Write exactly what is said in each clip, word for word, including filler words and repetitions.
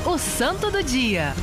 O Santo do Dia.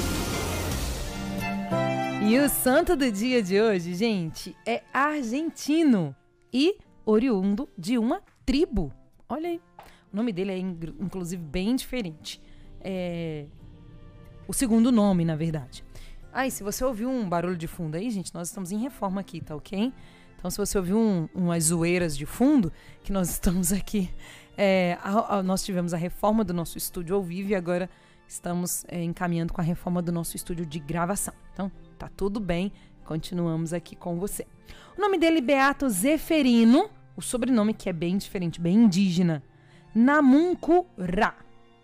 E o santo do dia de hoje, gente, é argentino e oriundo de uma tribo. Olha aí, o nome dele é inclusive bem diferente. É o segundo nome, na verdade. Ah, e se você ouviu um barulho de fundo aí, gente, nós estamos em reforma aqui, tá ok? Então, se você ouviu um, umas zoeiras de fundo, que nós estamos aqui, é, a, a, nós tivemos a reforma do nosso estúdio ao vivo e agora estamos é, encaminhando com a reforma do nosso estúdio de gravação. Então, tá tudo bem, continuamos aqui com você. O nome dele é Beato Zeferino, o sobrenome que é bem diferente, bem indígena, Namuncurá.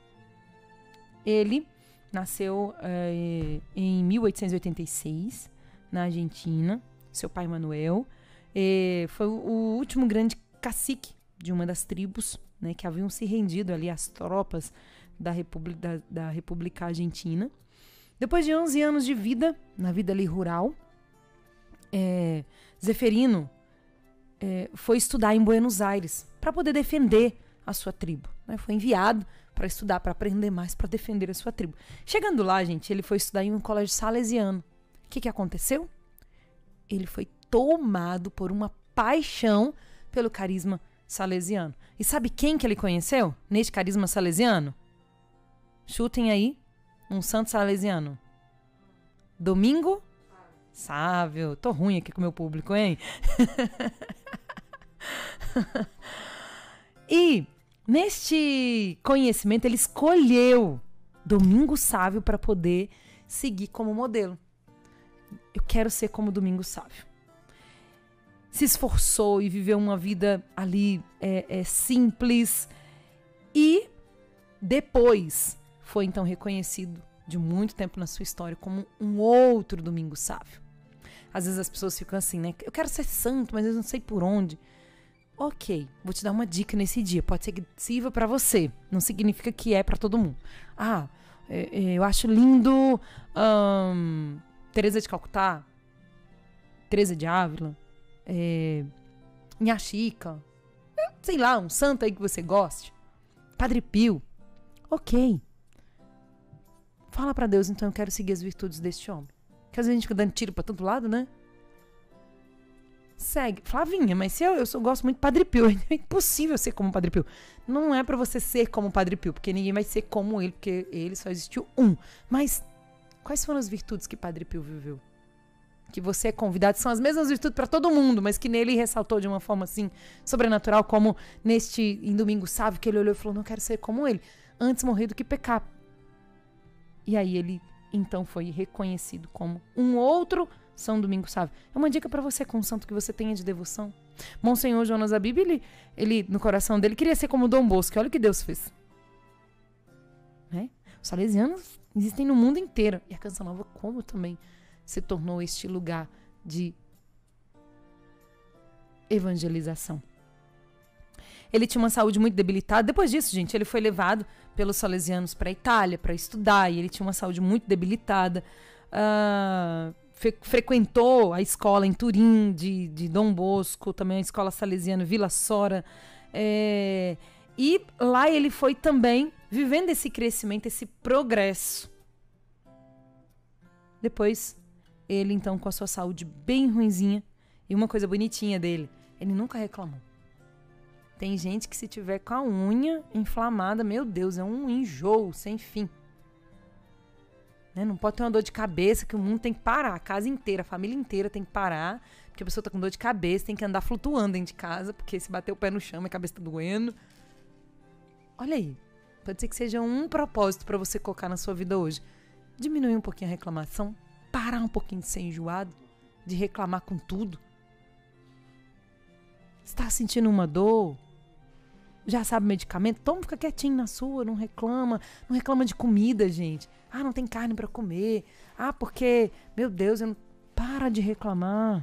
Ele nasceu é, em mil oitocentos e oitenta e seis, na Argentina, seu pai Manuel. É, foi o último grande cacique de uma das tribos, né, que haviam se rendido ali às tropas da República, da, da República Argentina. Depois de onze anos de vida, na vida ali rural, é, Zeferino é, foi estudar em Buenos Aires para poder defender a sua tribo. Né? Foi enviado para estudar, para aprender mais, para defender a sua tribo. Chegando lá, gente, ele foi estudar em um colégio salesiano. O que, que aconteceu? Ele foi tomado por uma paixão pelo carisma salesiano. E sabe quem que ele conheceu neste carisma salesiano? Chutem aí, um santo salesiano. Domingo Sávio. Tô ruim aqui com o meu público, hein? E neste conhecimento ele escolheu Domingo Sávio para poder seguir como modelo. Eu quero ser como Domingo Sávio. Se esforçou e viveu uma vida ali é, é, simples e depois foi então reconhecido de muito tempo na sua história como um outro Domingo Sávio. Às vezes as pessoas ficam assim, né? Eu quero ser santo, mas eu não sei por onde. Ok, vou te dar uma dica nesse dia. Pode ser que sirva para você. Não significa que é para todo mundo. Ah, é, é, eu acho lindo hum, Teresa de Calcutá, Teresa de Ávila, é, Inha Chica, sei lá, um santo aí que você goste. Padre Pio. Ok. Fala pra Deus, então eu quero seguir as virtudes deste homem. Porque às vezes a gente fica dando tiro pra todo lado, né? Segue. Flavinha, mas se eu, eu só gosto muito de Padre Pio. É impossível ser como Padre Pio. Não é pra você ser como Padre Pio, porque ninguém vai ser como ele, porque ele só existiu um. Mas quais foram as virtudes que Padre Pio viveu? Que você é convidado, são as mesmas virtudes pra todo mundo, mas que nele ressaltou de uma forma assim, sobrenatural, como neste, em Domingo Sávio, que ele olhou e falou, não quero ser como ele. Antes morrer do que pecar. E aí ele, então, foi reconhecido como um outro São Domingo Sávio. É uma dica para você com um santo que você tenha de devoção. Monsenhor Jonas Abib, ele, ele, no coração dele, queria ser como Dom Bosco. Olha o que Deus fez. Né? Os salesianos existem no mundo inteiro. E a Canção Nova, como também se tornou este lugar de evangelização. Ele tinha uma saúde muito debilitada. Depois disso, gente, ele foi levado pelos salesianos para a Itália para estudar. E ele tinha uma saúde muito debilitada. Uh, fre- frequentou a escola em Turim de, de Dom Bosco, também a escola salesiana Vila Sora. É, e lá ele foi também vivendo esse crescimento, esse progresso. Depois, ele então com a sua saúde bem ruinzinha. E uma coisa bonitinha dele, ele nunca reclamou. Tem gente que se tiver com a unha inflamada, meu Deus, é um enjoo sem fim. Né? Não pode ter uma dor de cabeça que o mundo tem que parar. A casa inteira, a família inteira tem que parar. Porque a pessoa tá com dor de cabeça, tem que andar flutuando dentro de casa. Porque se bater o pé no chão, a cabeça tá doendo. Olha aí. Pode ser que seja um propósito para você colocar na sua vida hoje. Diminuir um pouquinho a reclamação. Parar um pouquinho de ser enjoado. De reclamar com tudo. Está sentindo uma dor? Já sabe o medicamento? Toma, fica quietinho na sua, não reclama. Não reclama de comida, gente. Ah, não tem carne pra comer. Ah, porque, meu Deus, eu não... para de reclamar.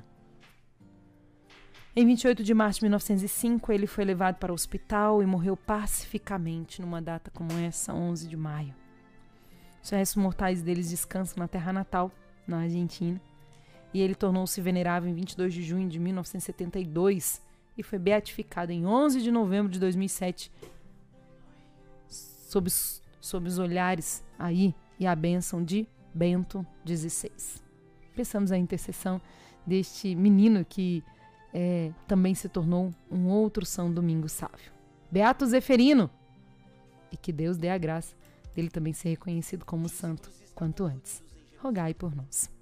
Em vinte e oito de março de mil novecentos e cinco, ele foi levado para o hospital e morreu pacificamente numa data como essa, onze de maio. Os restos mortais deles descansam na terra natal, na Argentina. E ele tornou-se venerável em vinte e dois de junho de mil novecentos e setenta e dois e foi beatificado em onze de novembro de dois mil e sete sob, sob os olhares aí e a bênção de Bento dezesseis. Peçamos a intercessão deste menino que é, também se tornou um outro São Domingos Sávio. Beato Zeferino! E que Deus dê a graça dele também ser reconhecido como santo quanto antes. Rogai por nós.